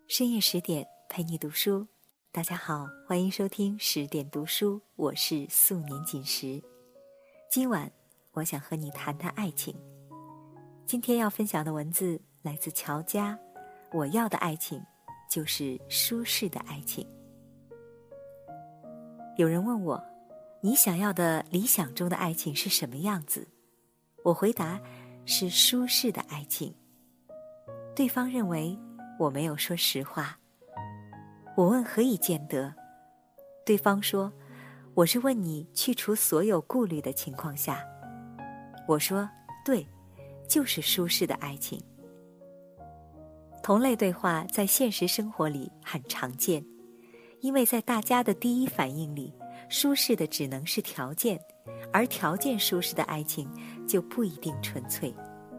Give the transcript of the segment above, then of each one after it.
深夜10点陪你读书，大家好，欢迎收听10点读书，我是素年锦时。今晚我想和你谈谈爱情。今天要分享的文字来自乔家，我要的爱情就是舒适的爱情。有人问我，你想要的理想中的爱情是什么样子？我回答，是舒适的爱情。对方认为我没有说实话。我问何以见得？对方说，我是问你去除所有顾虑的情况下。我说，对，就是舒适的爱情。同类对话在现实生活里很常见，因为在大家的第一反应里，舒适的只能是条件，而条件舒适的爱情就不一定纯粹。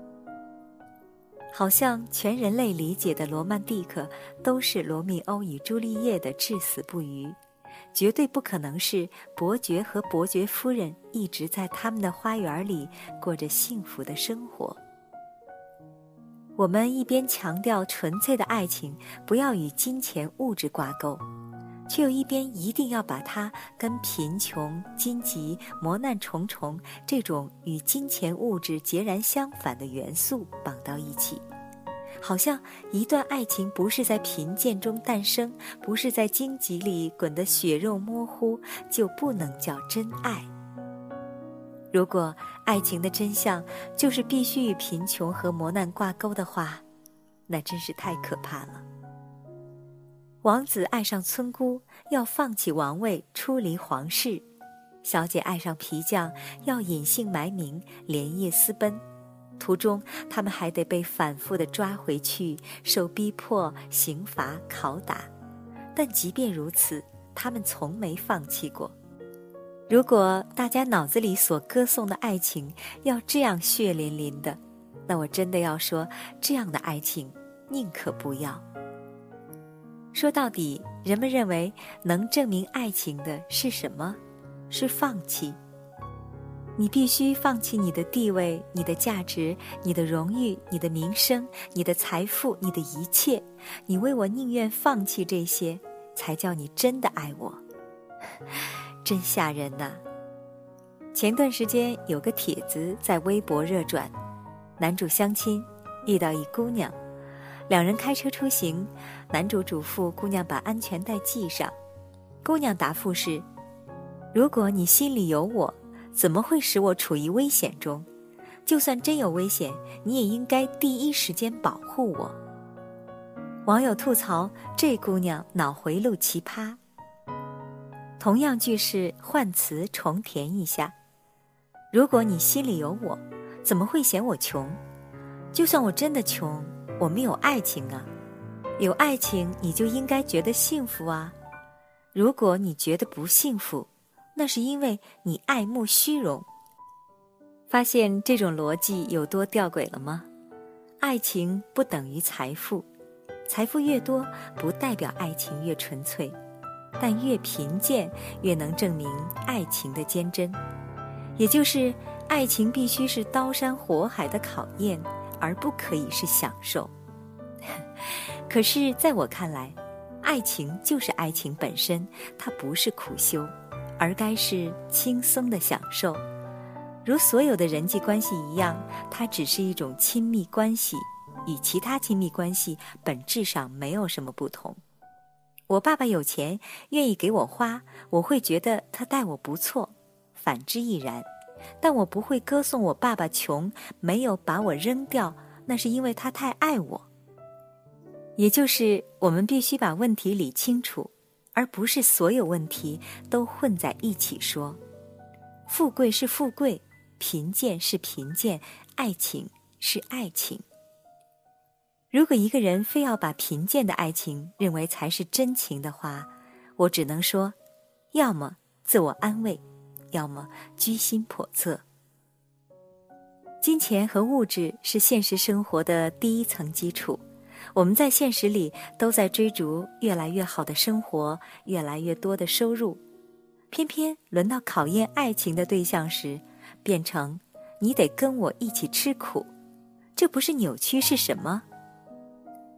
好像全人类理解的罗曼蒂克都是罗密欧与朱丽叶的至死不渝，绝对不可能是伯爵和伯爵夫人一直在他们的花园里过着幸福的生活。我们一边强调纯粹的爱情不要与金钱物质挂钩，却又一边一定要把它跟贫穷、荆棘、磨难重重这种与金钱物质截然相反的元素绑到一起。好像一段爱情不是在贫贱中诞生，不是在荆棘里滚得血肉模糊，就不能叫真爱。如果爱情的真相就是必须与贫穷和磨难挂钩的话，那真是太可怕了。王子爱上村姑，要放弃王位，出离皇室；小姐爱上皮匠，要隐姓埋名，连夜私奔。途中他们还得被反复地抓回去，受逼迫、刑罚、拷打。但即便如此，他们从没放弃过。如果大家脑子里所歌颂的爱情要这样血淋淋的，那我真的要说，这样的爱情宁可不要。说到底，人们认为能证明爱情的是什么？是放弃。你必须放弃你的地位、你的价值、你的荣誉、你的名声、你的财富、你的一切，你为我宁愿放弃这些，才叫你真的爱我。真吓人呐！前段时间有个帖子在微博热转，男主相亲遇到一姑娘，两人开车出行，男主嘱咐姑娘把安全带系上。姑娘答复是，如果你心里有我，怎么会使我处于危险中？就算真有危险，你也应该第一时间保护我。网友吐槽这姑娘脑回路奇葩。同样句式换词重填一下，如果你心里有我，怎么会嫌我穷？就算我真的穷，我没有爱情啊。有爱情你就应该觉得幸福啊。如果你觉得不幸福，那是因为你爱慕虚荣。发现这种逻辑有多吊诡了吗？爱情不等于财富，财富越多不代表爱情越纯粹，但越贫贱越能证明爱情的坚贞。也就是爱情必须是刀山火海的考验，而不可以是享受。可是在我看来，爱情就是爱情本身，它不是苦修，而该是轻松的享受。如所有的人际关系一样，它只是一种亲密关系，与其他亲密关系本质上没有什么不同。我爸爸有钱，愿意给我花，我会觉得他待我不错，反之亦然。但我不会歌颂我爸爸穷，没有把我扔掉，那是因为他太爱我。也就是我们必须把问题理清楚，而不是所有问题都混在一起说。富贵是富贵，贫贱是贫贱，爱情是爱情。如果一个人非要把贫贱的爱情认为才是真情的话，我只能说，要么自我安慰，要么居心叵测。金钱和物质是现实生活的第一层基础，我们在现实里都在追逐越来越好的生活，越来越多的收入，偏偏轮到考验爱情的对象时，变成你得跟我一起吃苦，这不是扭曲是什么？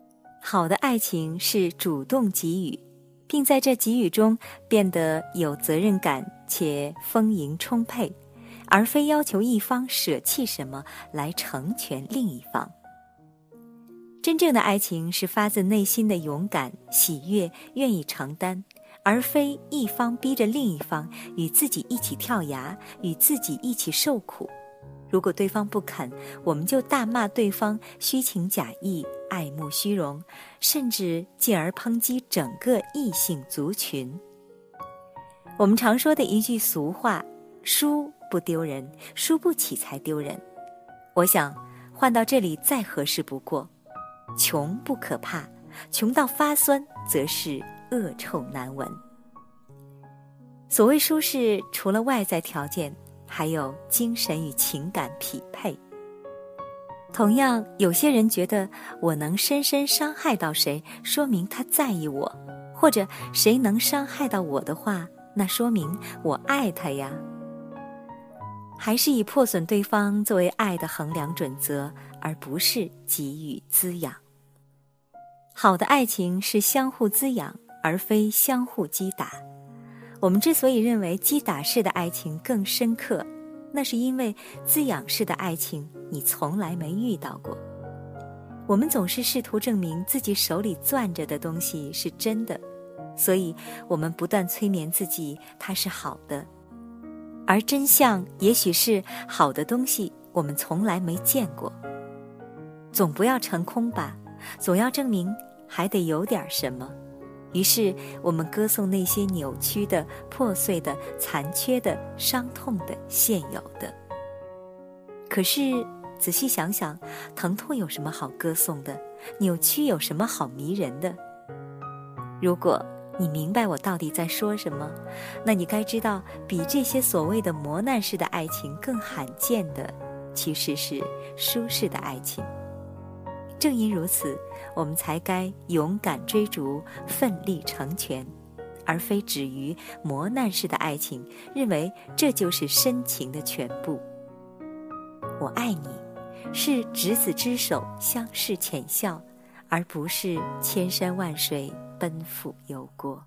好的爱情是主动给予，并在这给予中变得有责任感且丰盈充沛，而非要求一方舍弃什么来成全另一方。真正的爱情是发自内心的勇敢、喜悦、愿意承担，而非一方逼着另一方与自己一起跳崖，与自己一起受苦。如果对方不肯，我们就大骂对方虚情假意、爱慕虚荣，甚至进而抨击整个异性族群。我们常说的一句俗话，输不丢人，输不起才丢人。我想换到这里再合适不过，穷不可怕，穷到发酸则是恶臭难闻。所谓舒适，除了外在条件，还有精神与情感匹配。同样，有些人觉得我能深深伤害到谁，说明他在意我，或者谁能伤害到我的话，那说明我爱他呀。还是以破损对方作为爱的衡量准则，而不是给予滋养。好的爱情是相互滋养，而非相互击打。我们之所以认为击打式的爱情更深刻，那是因为滋养式的爱情你从来没遇到过。我们总是试图证明自己手里攥着的东西是真的，所以我们不断催眠自己它是好的，而真相也许是好的东西我们从来没见过。总不要成空吧，总要证明还得有点什么。于是我们歌颂那些扭曲的、破碎的、残缺的、伤痛的、现有的。可是仔细想想，疼痛有什么好歌颂的？扭曲有什么好迷人的？如果你明白我到底在说什么，那你该知道，比这些所谓的磨难式的爱情更罕见的，其实是舒适的爱情。正因如此，我们才该勇敢追逐，奋力成全，而非止于磨难式的爱情，认为这就是深情的全部。我爱你，是执子之手，相视浅笑，而不是千山万水，奔赴忧国。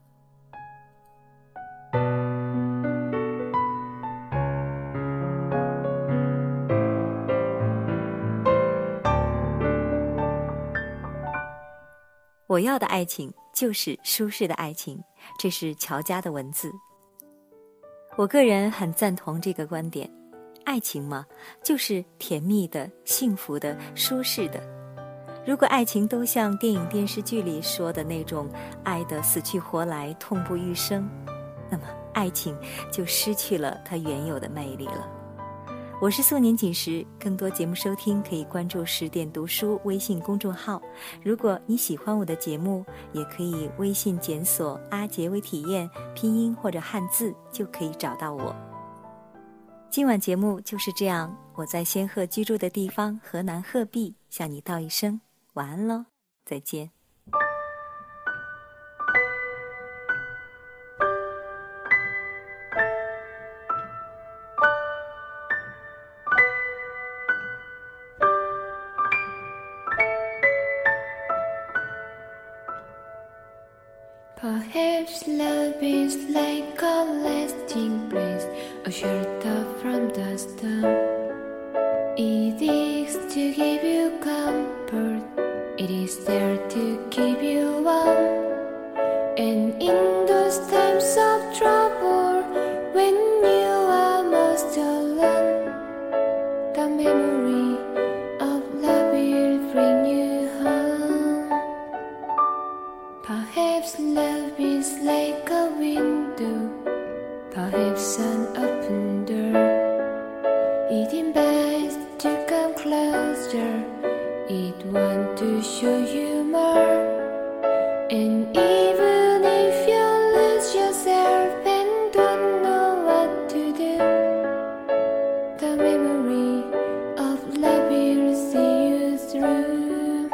我要的爱情就是舒适的爱情，这是乔家的文字。我个人很赞同这个观点，爱情嘛，就是甜蜜的、幸福的、舒适的。如果爱情都像电影电视剧里说的那种爱得死去活来、痛不欲生，那么爱情就失去了它原有的魅力了。我是素年锦时，更多节目收听可以关注10点读书微信公众号。如果你喜欢我的节目，也可以微信检索阿杰微体验，拼音或者汉字就可以找到我。今晚节目就是这样，我在仙鹤居住的地方河南鹤壁向你道一声晚安喽，再见。 Perhaps love is like a lasting place, a shelter from the storm. It is to give you comfort, it is there to keep you warm. And in those times of trouble, when you are most alone, the memory of love will bring you home. Perhaps love is like a window, perhaps an open door. It invites to come closer, it wants to show you more. And even if you lose yourself and don't know what to do, the memory of love will see you through.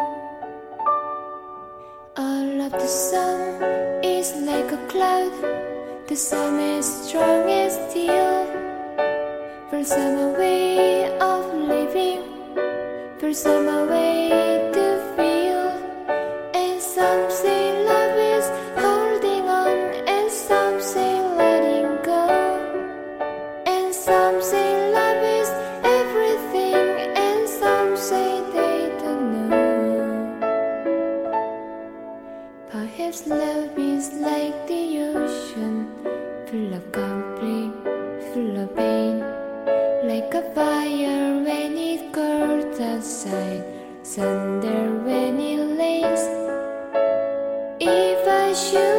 All of the sun is like a cloud, the sun is strong and still. For some way of living, for some way to feel, and some say love is holding on, and some say letting go, and some say love is everything, and some say they don't know. Perhaps love is like the ocean, full of conflict, full of pain, like a fire when it goes outside, thunder when it lays. If I should